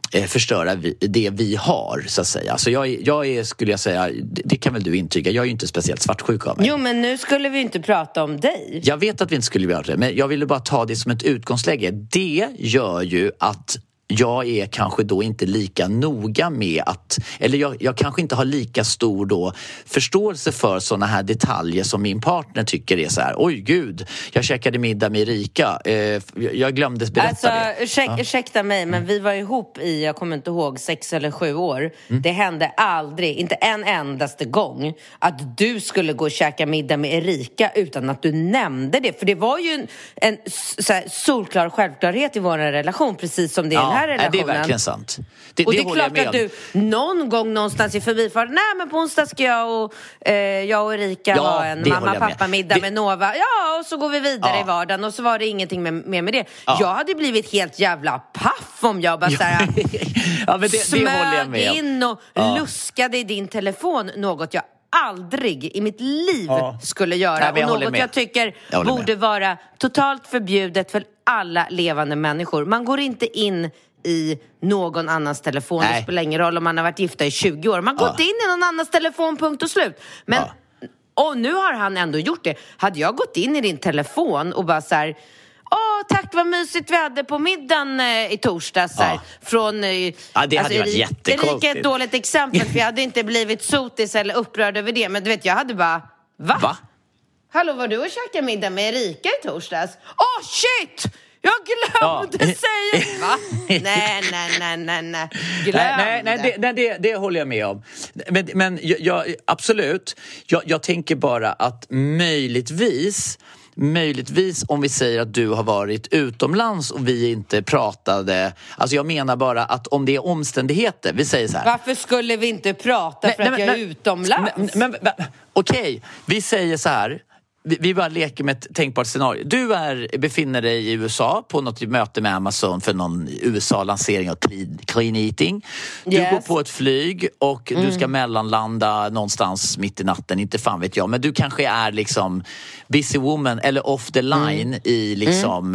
förstöra vi, det vi har, så att säga. Alltså jag, jag är, skulle jag säga, det, det kan väl du intyga, jag är ju inte speciellt svartsjuk av mig. Jo, men nu skulle vi inte prata om dig. Jag vet att vi inte skulle göra det, men jag ville bara ta det som ett utgångsläge. Det gör ju att jag är kanske då inte lika noga med att, eller jag, jag kanske inte har lika stor då förståelse för såna här detaljer som min partner tycker är så här: oj gud, jag käkade middag med Erika, eh, jag glömde berätta alltså, det. Ursäk, ja. Ursäkta mig, men vi var ihop i, jag kommer inte ihåg, sex eller sju år. Mm. Det hände aldrig, inte en endaste gång, att du skulle gå och käka middag med Erika utan att du nämnde det. För det var ju en, en så här, solklar självklarhet i vår relation, precis som det är ja. här relationen. Det är verkligen sant. Det, och det, det är klart att du någon gång någonstans i förbifarten, nej men på onsdag ska jag och, eh, jag och Erika ja, ha en mamma-pappa-middag med. med Nova. Ja, och så går vi vidare ja. i vardagen. Och så var det ingenting med, med, med det. Ja. Jag hade blivit helt jävla paff om jag bara såhär ja, men det, smög det håller jag med. in och ja. luskade i din telefon. Något jag aldrig i mitt liv ja. skulle göra. Nej, och något jag tycker jag borde med. vara totalt förbjudet för alla levande människor. Man går inte in i någon annans telefon. Nej. Det spelar ingen roll om man har varit gifta i tjugo år. Man går ja. inte in i någon annans telefon, punkt och slut. Men, ja. och nu har han ändå gjort det. Hade jag gått in i din telefon och bara så här: åh, tack vad mysigt vi hade på middagen eh, i torsdags ja. här, från eh, ja, det hade alltså, varit jättekonstigt. Erika är ett dåligt exempel, för jag hade inte blivit sotis eller upprörd över det. Men du vet, jag hade bara, va? va? Hallå, var du och käkade middag med Erika i torsdags? Åh, oh, shit! Jag glömde ja. säga. Va? Nej, nej, nej, nej, nej. Glömde. Nej, nej, det, nej det, det håller jag med om. Men, men jag, absolut, jag, jag tänker bara att möjligtvis, möjligtvis om vi säger att du har varit utomlands och vi inte pratade. Alltså jag menar bara att om det är omständigheter, vi säger så här. Varför skulle vi inte prata nej, för nej, att jag nej, är utomlands? Men, men, men, okej, vi säger så här. Vi bara leker med ett tänkbart scenario. Du är, befinner dig i U S A på något möte med Amazon för någon U S A-lansering av clean eating. Du yes. går på ett flyg och mm. du ska mellanlanda någonstans mitt i natten, inte fan vet jag. Men du kanske är liksom busy woman eller off the line mm. i liksom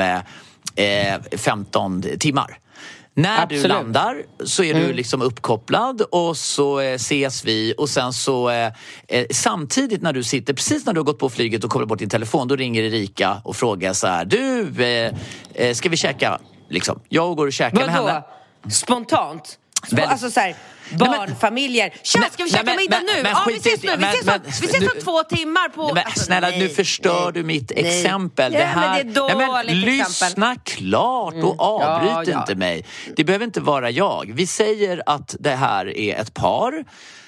mm. eh, femton timmar. När Absolut. du landar så är mm. du liksom uppkopplad och så eh, ses vi och sen så eh, samtidigt när du sitter, precis när du har gått på flyget och kopplar bort din telefon, då ringer Erika och frågar så här: du, eh, ska vi käka? Liksom. Jag går och käkar Vadå? med henne. Spontant? Sp- Väl... Alltså så här, barnfamiljer. Tja, ska vi käka nej, middag nu? Men, ja, vi ses nu. Vi ses, men, om, vi ses om två timmar på... Nej, men, alltså, snälla, nej, nu förstör nej, du mitt nej. exempel. Ja, det här, men det är nej, men, lyssna exempel. klart och avbryt mm. ja, ja. inte mig. Det behöver inte vara jag. Vi säger att det här är ett par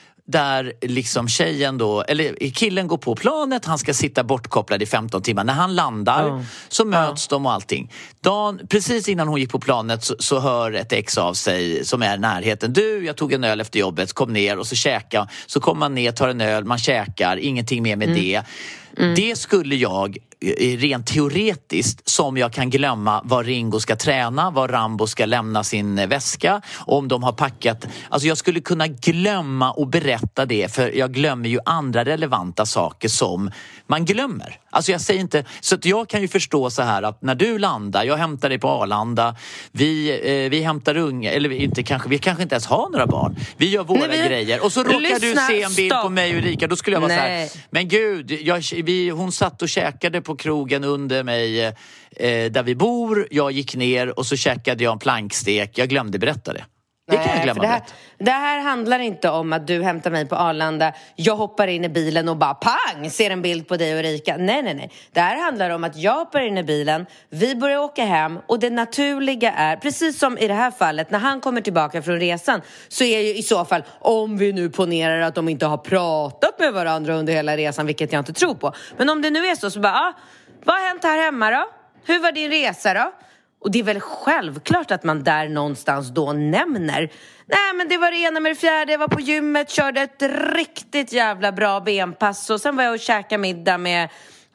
där liksom tjejen då, eller killen går på planet, han ska sitta bortkopplad i femton timmar. När han landar mm. så möts mm. de och allting. Dan, precis innan hon gick på planet så, så hör ett ex av sig som är i närheten. Du, jag tog en öl efter jobbet, kom ner och så käka. Så kommer man ner, tar en öl, man käkar, ingenting mer med mm. det. Mm. Det skulle jag rent teoretiskt, som jag kan glömma var Ringo ska träna, var Rambo ska lämna sin väska, om de har packat. Alltså jag skulle kunna glömma och berätta det, för jag glömmer ju andra relevanta saker som man glömmer. Alltså jag säger inte, så att jag kan ju förstå så här att när du landar, jag hämtar dig på Arlanda, vi, eh, vi hämtar unga, eller inte kanske, vi kanske inte ens har några barn. Vi gör våra Nej, vi... grejer och så råkar Lyssna, du se en bild stopp. på mig och Erika, då skulle jag vara Nej. så här, men gud, jag, vi, hon satt och käkade på krogen under mig eh, där vi bor, jag gick ner och så käkade jag en plankstek, jag glömde berätta det. Det kan jag glömma det, här, det här handlar inte om att du hämtar mig på Arlanda, jag hoppar in i bilen och bara pang, ser en bild på dig och Erika. Nej, nej, nej. Det här handlar om att jag hoppar in i bilen, vi börjar åka hem och det naturliga är, precis som i det här fallet, när han kommer tillbaka från resan, så är ju i så fall, om vi nu ponerar att de inte har pratat med varandra under hela resan, vilket jag inte tror på. Men om det nu är så, så bara, ah, vad har hänt här hemma då? Hur var din resa då? Och det är väl självklart att man där någonstans då nämner, nej men det var det ena med det fjärde, jag var på gymmet, körde ett riktigt jävla bra benpass och sen var jag och käkade middag med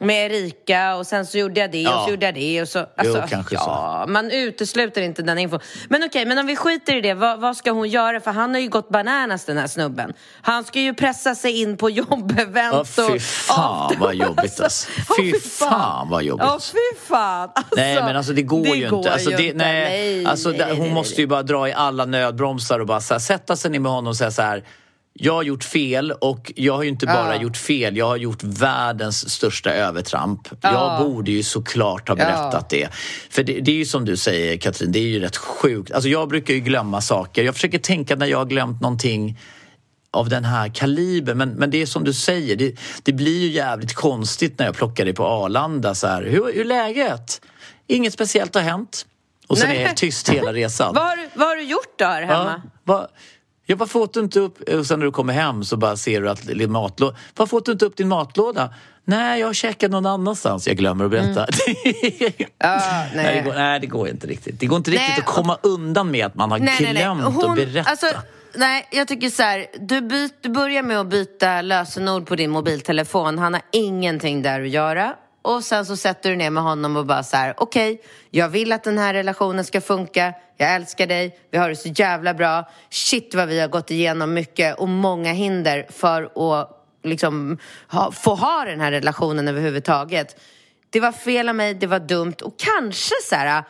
med Erika och sen så gjorde jag det ja. och så gjorde jag det och så, alltså, jo, kanske ja, så. Man utesluter inte den info. Men okej, men om vi skiter i det, vad, vad ska hon göra? För han har ju gått bananas, den här snubben. Han ska ju pressa sig in på jobbevent. Ja, fy fan vad jobbigt alltså. Fy fan vad jobbigt. Ja, fy fan alltså, nej men alltså det går det ju går inte, alltså, ju det, inte. nej, nej, alltså, nej, där, nej, hon nej, måste nej. ju bara dra i alla nödbromsar och bara så här, sätta sig ner med honom och säga så här: jag har gjort fel och jag har ju inte bara ja. gjort fel, jag har gjort världens största övertramp. Ja. Jag borde ju såklart ha berättat ja. det. För det, det är ju som du säger, Katrin, det är ju rätt sjukt. Alltså jag brukar ju glömma saker. Jag försöker tänka när jag har glömt någonting av den här kalibern. Men, men det är som du säger, det, det blir ju jävligt konstigt när jag plockar det på Arlanda. Så här, hur, hur är läget? Inget speciellt har hänt. Och sen Nej. är det tyst hela resan. vad, har du, vad har du gjort då här hemma? Ja, vad... Jag bara får du inte upp, och sen när du kommer hem så bara ser du att din matlåda, vad får du inte upp din matlåda? Nej, jag har checkat någon annanstans. Jag glömmer att berätta. Mm. ja, nej. Nej, det går, nej, det går inte riktigt. Det går inte riktigt nej. att komma undan med att man har nej, glömt nej, nej. Hon, att berätta. Alltså, nej, jag tycker så här, du, byt, du börjar med att byta lösenord på din mobiltelefon. Han har ingenting där att göra. Och sen så sätter du ner med honom och bara så här: okej, okay, jag vill att den här relationen ska funka. Jag älskar dig, vi har det så jävla bra. Shit vad vi har gått igenom mycket och många hinder för att liksom ha, få ha den här relationen överhuvudtaget. Det var fel av mig, det var dumt. Och kanske så här,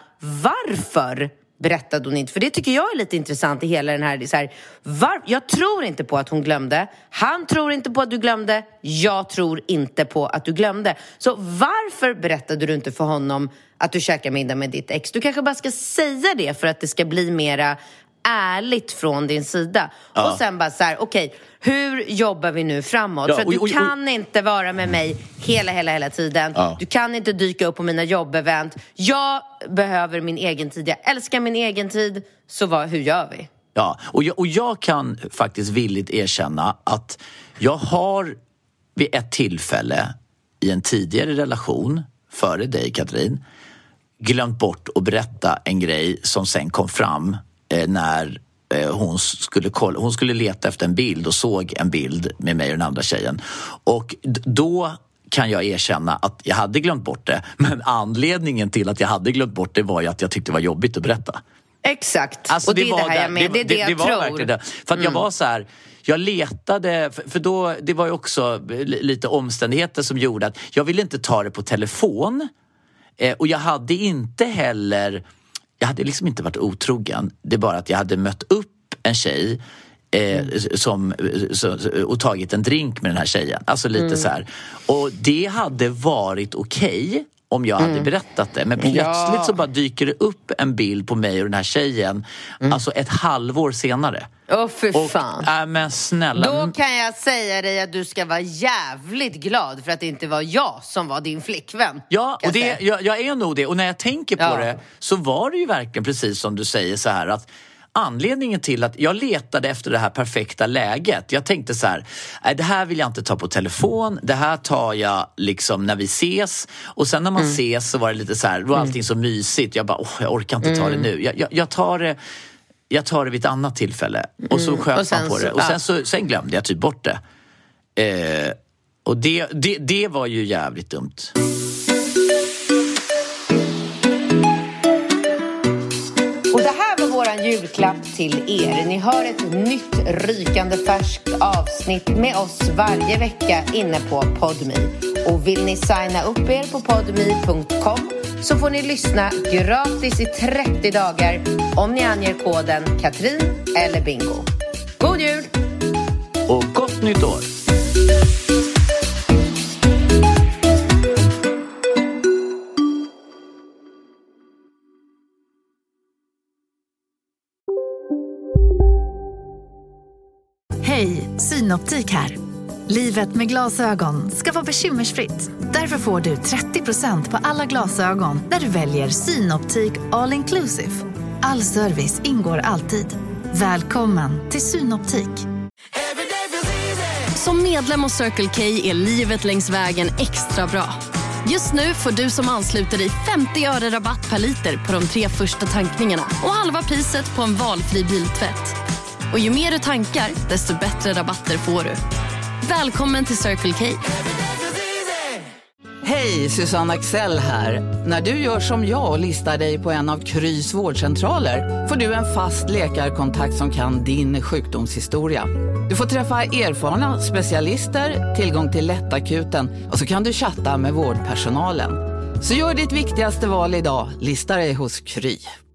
varför berättade hon inte? För det tycker jag är lite intressant i hela den här, så här var, jag tror inte på att hon glömde. Han tror inte på att du glömde. Jag tror inte på att du glömde. Så varför berättade du inte för honom att du käkar middag med ditt ex? Du kanske bara ska säga det för att det ska bli mera ärligt från din sida. Ja. Och sen bara så här, okej, okay, hur jobbar vi nu framåt? Ja, för oj, du oj, oj. kan inte vara med mig hela, hela, hela tiden. Ja. Du kan inte dyka upp på mina jobbevent. Jag behöver min egen tid. Jag älskar min egen tid. Så vad, hur gör vi? Ja, och jag, och jag kan faktiskt villigt erkänna att jag har vid ett tillfälle i en tidigare relation före dig, Katrin, glömt bort att berätta en grej som sen kom fram eh, när eh, hon skulle kolla, hon skulle leta efter en bild och såg en bild med mig och den andra tjejen. Och d- då kan jag erkänna att jag hade glömt bort det, men anledningen till att jag hade glömt bort det var ju att jag tyckte det var jobbigt att berätta. Exakt, alltså, och det, det är det här där, jag med, det, det är det, det jag det var tror. Verkligen det. För att mm. jag var så här, jag letade, för, för då, det var ju också lite omständigheter som gjorde att jag ville inte ta det på telefon. Eh, och jag hade inte heller, jag hade liksom inte varit otrogen. Det är bara att jag hade mött upp en tjej eh, mm. som, så, och tagit en drink med den här tjejen. Alltså lite mm. så här. Och det hade varit okej okay om jag hade mm. berättat det. Men plötsligt ja. så bara dyker det upp en bild på mig och den här tjejen. Mm. Alltså ett halvår senare. Åh, oh, för fan. Äh, men snälla. Då kan jag säga dig att du ska vara jävligt glad för att det inte var jag som var din flickvän. Ja, och det, jag, jag är nog det. Och när jag tänker på ja. det så var det ju verkligen precis som du säger så här att anledningen till att jag letade efter det här perfekta läget. Jag tänkte så här, nej, det här vill jag inte ta på telefon. Det här tar jag liksom när vi ses. Och sen när man mm. ses så var det lite så här, då var allting så mysigt. Jag bara, åh, jag orkar inte ta mm. det nu. Jag, jag, jag tar det jag tar det vid ett annat tillfälle. Och så sköt man på det. Och sen, så, sen glömde jag typ bort det. Eh, och det, det, det var ju jävligt dumt. Och det här var våran julklapp till er. Ni hör ett nytt rykande färskt avsnitt med oss varje vecka inne på Podme. Och vill ni signa upp er på podme punkt com så får ni lyssna gratis i trettio dagar om ni anger koden Katrin eller Bingo. God jul! Och gott nytt år! Hej, Synoptik här. Livet med glasögon ska vara bekymmersfritt. Därför får du trettio procent på alla glasögon när du väljer Synoptik All Inclusive. All service ingår alltid. Välkommen till Synoptik. Som medlem hos Circle K är livet längs vägen extra bra. Just nu får du som ansluter dig femtio öre rabatt per liter på de tre första tankningarna och halva priset på en valfri biltvätt. Och ju mer du tankar, desto bättre rabatter får du. Välkommen till Circle K. Hej, Susanne Axel här. När du gör som jag och listar dig på en av Krys vårdcentraler får du en fast läkarkontakt som kan din sjukdomshistoria. Du får träffa erfarna specialister, tillgång till lättakuten och så kan du chatta med vårdpersonalen. Så gör ditt viktigaste val idag, lista dig hos Kry.